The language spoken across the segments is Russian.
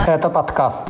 Это подкаст.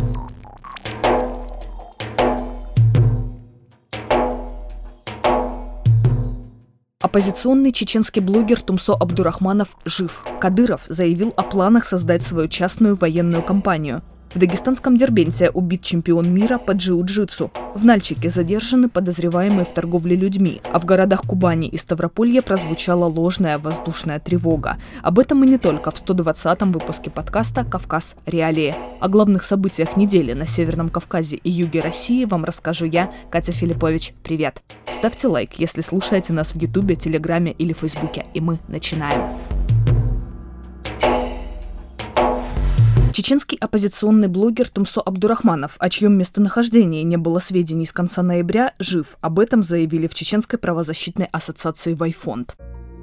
Оппозиционный чеченский блогер Тумсо Абдурахманов жив. Кадыров заявил о планах создать свою частную военную компанию. В дагестанском Дербенте убит чемпион мира по джиу-джитсу. В Нальчике задержаны подозреваемые в торговле людьми. А в городах Кубани и Ставрополья прозвучала ложная воздушная тревога. Об этом и не только в 120-м выпуске подкаста «Кавказ. Реалии». О главных событиях недели на Северном Кавказе и юге России вам расскажу я, Катя Филиппович. Привет! Ставьте лайк, если слушаете нас в Ютубе, Телеграме или Фейсбуке. И мы начинаем. Чеченский оппозиционный блогер Тумсо Абдурахманов, о чьем местонахождении не было сведений с конца ноября, жив. Об этом заявили в Чеченской правозащитной ассоциации «Вайфонд».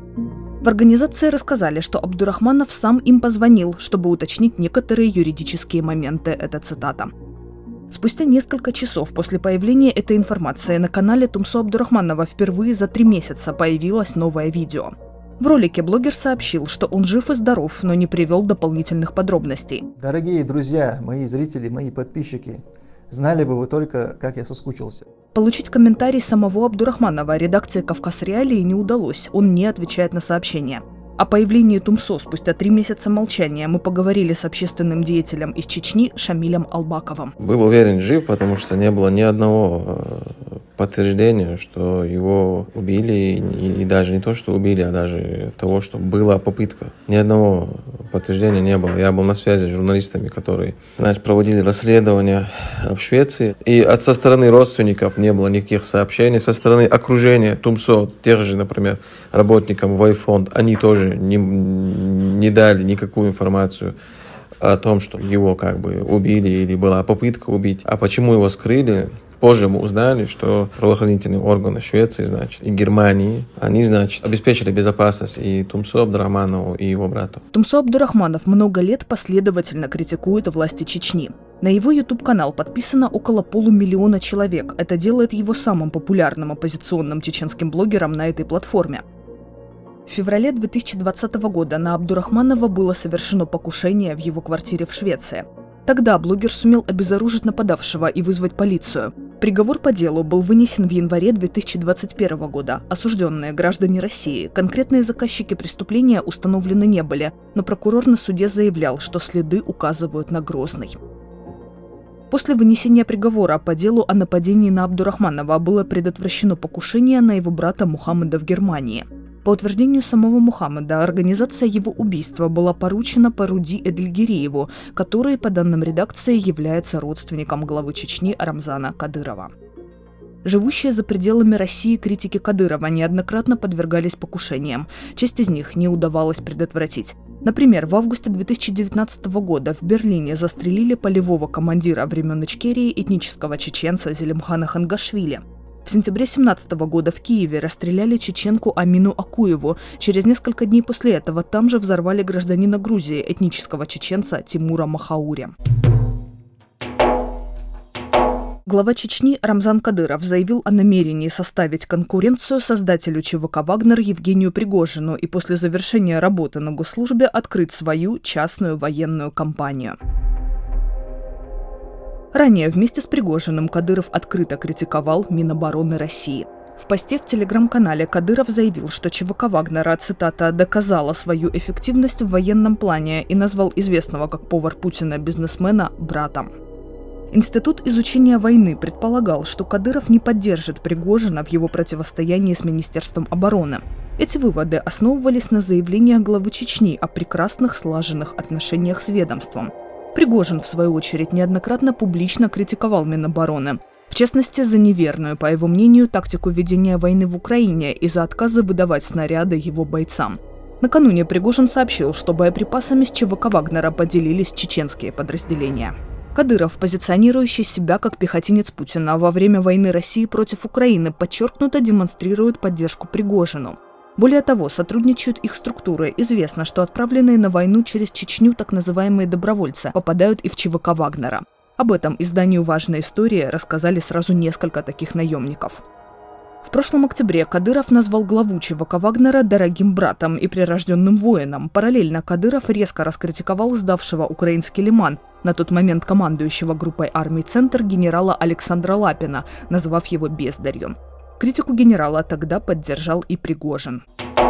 В организации рассказали, что Абдурахманов сам им позвонил, чтобы уточнить некоторые юридические моменты. Это цитата. Спустя несколько часов после появления этой информации на канале Тумсо Абдурахманова впервые за 3 месяца появилось новое видео. В ролике блогер сообщил, что он жив и здоров, но не привел дополнительных подробностей. Дорогие друзья, мои зрители, мои подписчики, знали бы вы только, как я соскучился. Получить комментарий самого Абдурахманова редакции «Кавказ. Реалии» не удалось, он не отвечает на сообщения. О появлении Тумсо спустя 3 месяца молчания мы поговорили с общественным деятелем из Чечни Шамилем Албаковым. Был уверен, жив, потому что не было ни одного подтверждения, что его убили, и даже не то, что убили, а даже того, что была попытка. Ни одного подтверждения не было. Я был на связи с журналистами, которые проводили расследование в Швеции, и со стороны родственников не было никаких сообщений, со стороны окружения Тумсо, тех же, например, работникам Вайфонд, они тоже не дали никакую информацию о том, что его убили или была попытка убить. А почему его скрыли? Позже мы узнали, что правоохранительные органы Швеции, и Германии, они, обеспечили безопасность и Тумсо Абдурахманову, и его брату. Тумсо Абдурахманов много лет последовательно критикует власти Чечни. На его YouTube-канал подписано около 500 000 человек. Это делает его самым популярным оппозиционным чеченским блогером на этой платформе. В феврале 2020 года на Абдурахманова было совершено покушение в его квартире в Швеции. Тогда блогер сумел обезоружить нападавшего и вызвать полицию. Приговор по делу был вынесен в январе 2021 года. Осужденные граждане России. Конкретные заказчики преступления установлены не были, но прокурор на суде заявлял, что следы указывают на Грозный. После вынесения приговора по делу о нападении на Абдурахманова было предотвращено покушение на его брата Мухаммеда в Германии. По утверждению самого Мухаммеда, организация его убийства была поручена Паруди Эдельгирееву, который, по данным редакции, является родственником главы Чечни Рамзана Кадырова. Живущие за пределами России критики Кадырова неоднократно подвергались покушениям. Часть из них не удавалось предотвратить. Например, в августе 2019 года в Берлине застрелили полевого командира времен Ичкерии этнического чеченца Зелимхана Хангашвили. В сентябре 2017 года в Киеве расстреляли чеченку Амину Акуеву. Через несколько дней после этого там же взорвали гражданина Грузии, этнического чеченца Тимура Махаури. Глава Чечни Рамзан Кадыров заявил о намерении составить конкуренцию создателю ЧВК «Вагнер» Евгению Пригожину и после завершения работы на госслужбе открыть свою частную военную компанию. Ранее вместе с Пригожиным Кадыров открыто критиковал Минобороны России. В посте в телеграм-канале Кадыров заявил, что ЧВК «Вагнера», цитата, «доказала свою эффективность в военном плане» и назвал известного как повар Путина бизнесмена братом. Институт изучения войны предполагал, что Кадыров не поддержит Пригожина в его противостоянии с Министерством обороны. Эти выводы основывались на заявлениях главы Чечни о прекрасных слаженных отношениях с ведомством. Пригожин, в свою очередь, неоднократно публично критиковал Минобороны. В частности, за неверную, по его мнению, тактику ведения войны в Украине и за отказы выдавать снаряды его бойцам. Накануне Пригожин сообщил, что боеприпасами с ЧВК «Вагнера» поделились чеченские подразделения. Кадыров, позиционирующий себя как пехотинец Путина во время войны России против Украины, подчеркнуто демонстрирует поддержку Пригожину. Более того, сотрудничают их структуры. Известно, что отправленные на войну через Чечню так называемые добровольцы попадают и в ЧВК «Вагнера». Об этом изданию «Важная история» рассказали сразу несколько таких наемников. В прошлом октябре Кадыров назвал главу ЧВК Вагнера «дорогим братом» и прирожденным воином. Параллельно Кадыров резко раскритиковал сдавшего украинский Лиман, на тот момент командующего группой армий «Центр» генерала Александра Лапина, назвав его бездарью. Критику генерала тогда поддержал и Пригожин.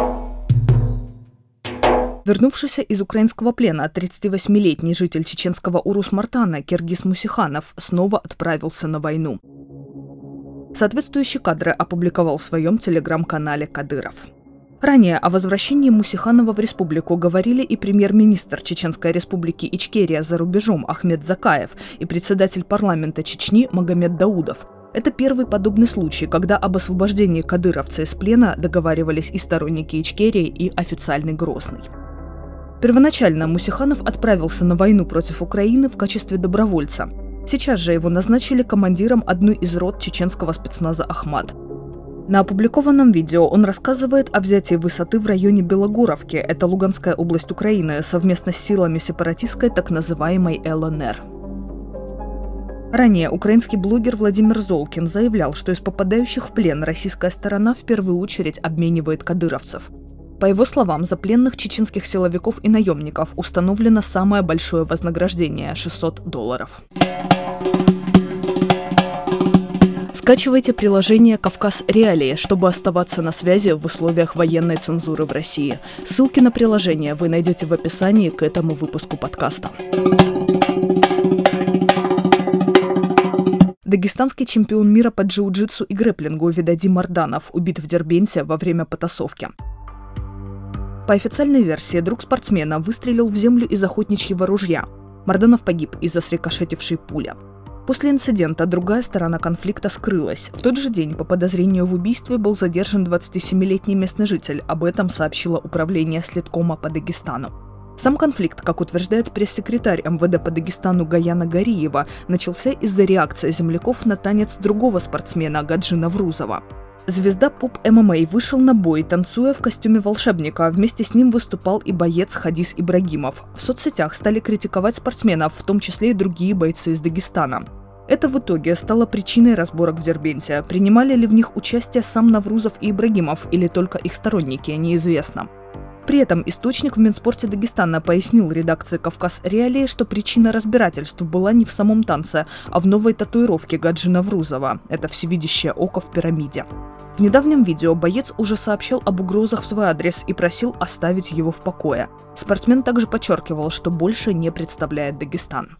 Вернувшийся из украинского плена 38-летний житель чеченского Урус-Мартана Киргиз Мусиханов снова отправился на войну. Соответствующие кадры опубликовал в своем телеграм-канале Кадыров. Ранее о возвращении Мусиханова в республику говорили и премьер-министр Чеченской республики Ичкерия за рубежом Ахмед Закаев и председатель парламента Чечни Магомед Даудов. Это первый подобный случай, когда об освобождении кадыровца из плена договаривались и сторонники Ичкерии, и официальный Грозный. Первоначально Мусиханов отправился на войну против Украины в качестве добровольца. Сейчас же его назначили командиром одной из рот чеченского спецназа «Ахмат». На опубликованном видео он рассказывает о взятии высоты в районе Белогоровки, это Луганская область Украины, совместно с силами сепаратистской так называемой ЛНР. Ранее украинский блогер Владимир Золкин заявлял, что из попадающих в плен российская сторона в первую очередь обменивает кадыровцев. По его словам, за пленных чеченских силовиков и наемников установлено самое большое вознаграждение – $600. Скачивайте приложение «Кавказ Реалии», чтобы оставаться на связи в условиях военной цензуры в России. Ссылки на приложение вы найдете в описании к этому выпуску подкаста. Дагестанский чемпион мира по джиу-джитсу и грэпплингу Видади Марданов убит в Дербенте во время потасовки. По официальной версии, друг спортсмена выстрелил в землю из охотничьего ружья. Марданов погиб из-за срикошетившей пули. После инцидента другая сторона конфликта скрылась. В тот же день по подозрению в убийстве был задержан 27-летний местный житель. Об этом сообщило управление Следкома по Дагестану. Сам конфликт, как утверждает пресс-секретарь МВД по Дагестану Гаяна Гариева, начался из-за реакции земляков на танец другого спортсмена Гаджина Врузова. Звезда поп-ММА вышел на бой, танцуя в костюме волшебника. Вместе с ним выступал и боец Хадис Ибрагимов. В соцсетях стали критиковать спортсменов, в том числе и другие бойцы из Дагестана. Это в итоге стало причиной разборок в Дербенте. Принимали ли в них участие сам Наврузов и Ибрагимов или только их сторонники, неизвестно. При этом источник в Минспорте Дагестана пояснил редакции «Кавказ Реалии», что причина разбирательств была не в самом танце, а в новой татуировке Гаджина Врузова. Это всевидящее око в пирамиде. В недавнем видео боец уже сообщал об угрозах в свой адрес и просил оставить его в покое. Спортсмен также подчеркивал, что больше не представляет Дагестан.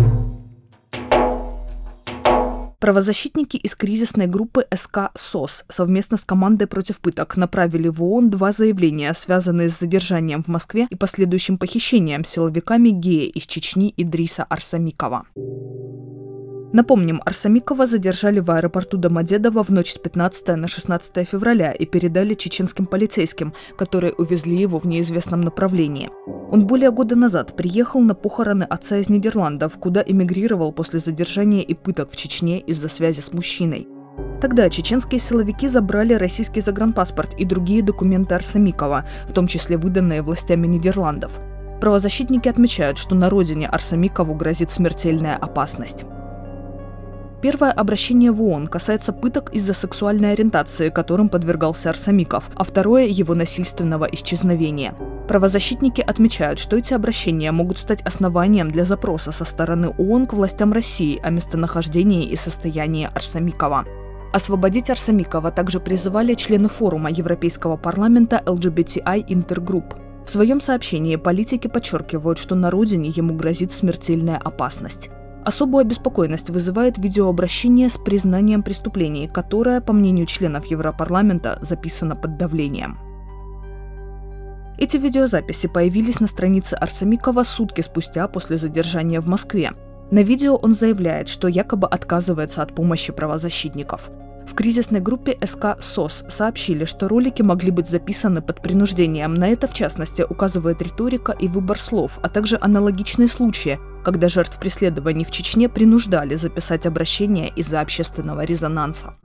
Правозащитники из кризисной группы СК СОС совместно с командой против пыток направили в ООН 2 заявления, связанные с задержанием в Москве и последующим похищением силовиками гея из Чечни Идриса Арсамикова. Напомним, Арсамикова задержали в аэропорту Домодедово в ночь с 15 на 16 февраля и передали чеченским полицейским, которые увезли его в неизвестном направлении. Он более года назад приехал на похороны отца из Нидерландов, куда эмигрировал после задержания и пыток в Чечне из-за связи с мужчиной. Тогда чеченские силовики забрали российский загранпаспорт и другие документы Арсамикова, в том числе выданные властями Нидерландов. Правозащитники отмечают, что на родине Арсамикову грозит смертельная опасность. Первое обращение в ООН касается пыток из-за сексуальной ориентации, которым подвергался Арсамиков, а второе – его насильственного исчезновения. Правозащитники отмечают, что эти обращения могут стать основанием для запроса со стороны ООН к властям России о местонахождении и состоянии Арсамикова. Освободить Арсамикова также призывали члены форума Европейского парламента LGBTI Intergroup. В своем сообщении политики подчеркивают, что на родине ему грозит смертельная опасность. Особую обеспокоенность вызывает видеообращение с признанием преступлений, которое, по мнению членов Европарламента, записано под давлением. Эти видеозаписи появились на странице Арсамикова сутки спустя после задержания в Москве. На видео он заявляет, что якобы отказывается от помощи правозащитников. В кризисной группе СК СОС сообщили, что ролики могли быть записаны под принуждением. На это, в частности, указывает риторика и выбор слов, а также аналогичные случаи, когда жертв преследований в Чечне принуждали записать обращение из-за общественного резонанса.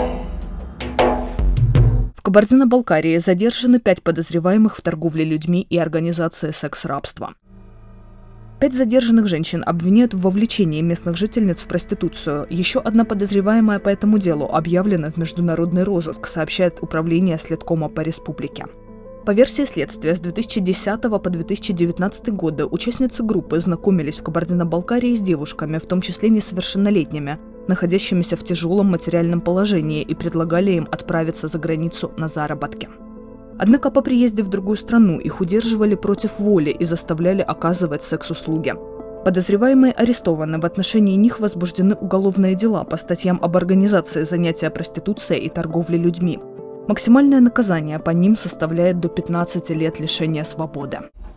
В Кабардино-Балкарии задержаны 5 подозреваемых в торговле людьми и организации секс-рабства. 5 задержанных женщин обвиняют в вовлечении местных жительниц в проституцию. Еще одна подозреваемая по этому делу объявлена в международный розыск, сообщает Управление следкома по республике. По версии следствия, с 2010 по 2019 годы участницы группы знакомились в Кабардино-Балкарии с девушками, в том числе несовершеннолетними, находящимися в тяжелом материальном положении, и предлагали им отправиться за границу на заработки. Однако по приезде в другую страну их удерживали против воли и заставляли оказывать секс-услуги. Подозреваемые арестованы, в отношении них возбуждены уголовные дела по статьям об организации занятия проституцией и торговле людьми. Максимальное наказание по ним составляет до 15 лет лишения свободы.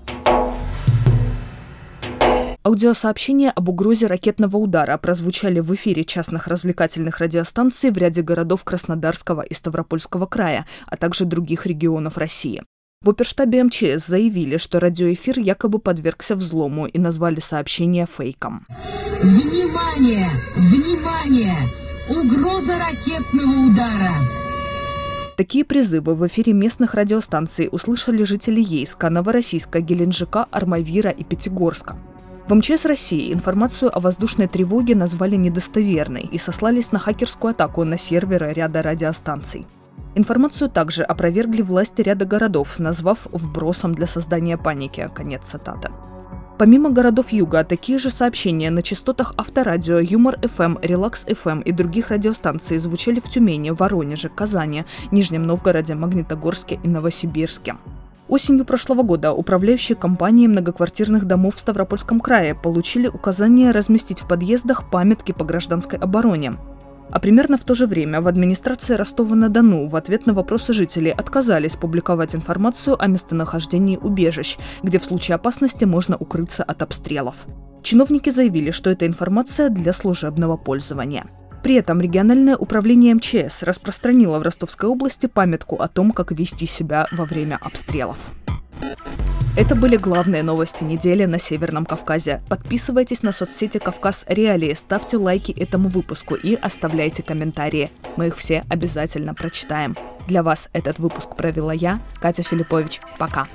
Аудиосообщения об угрозе ракетного удара прозвучали в эфире частных развлекательных радиостанций в ряде городов Краснодарского и Ставропольского края, а также других регионов России. В оперштабе МЧС заявили, что радиоэфир якобы подвергся взлому и назвали сообщение фейком. Внимание! Внимание! Угроза ракетного удара! Такие призывы в эфире местных радиостанций услышали жители Ейска, Новороссийска, Геленджика, Армавира и Пятигорска. В МЧС России информацию о воздушной тревоге назвали недостоверной и сослались на хакерскую атаку на серверы ряда радиостанций. Информацию также опровергли власти ряда городов, назвав вбросом для создания паники. Конец цитаты. Помимо городов Юга, такие же сообщения на частотах Авторадио, Юмор-ФМ, Релакс-ФМ и других радиостанций звучали в Тюмени, Воронеже, Казани, Нижнем Новгороде, Магнитогорске и Новосибирске. Осенью прошлого года управляющие компании многоквартирных домов в Ставропольском крае получили указание разместить в подъездах памятки по гражданской обороне. А примерно в то же время в администрации Ростова-на-Дону в ответ на вопросы жителей отказались публиковать информацию о местонахождении убежищ, где в случае опасности можно укрыться от обстрелов. Чиновники заявили, что эта информация для служебного пользования. При этом региональное управление МЧС распространило в Ростовской области памятку о том, как вести себя во время обстрелов. Это были главные новости недели на Северном Кавказе. Подписывайтесь на соцсети «Кавказ Реалии», ставьте лайки этому выпуску и оставляйте комментарии. Мы их все обязательно прочитаем. Для вас этот выпуск провела я, Катя Филиппович. Пока.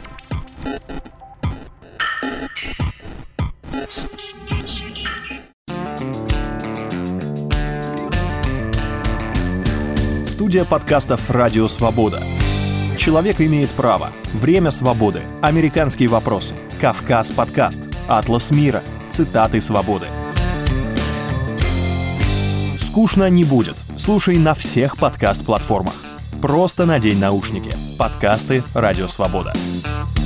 Студия подкастов «Радио Свобода». Человек имеет право. Время свободы. Американские вопросы. Кавказ подкаст. Атлас мира. Цитаты свободы. Скучно не будет. Слушай на всех подкаст-платформах. Просто надень наушники. Подкасты «Радио Свобода».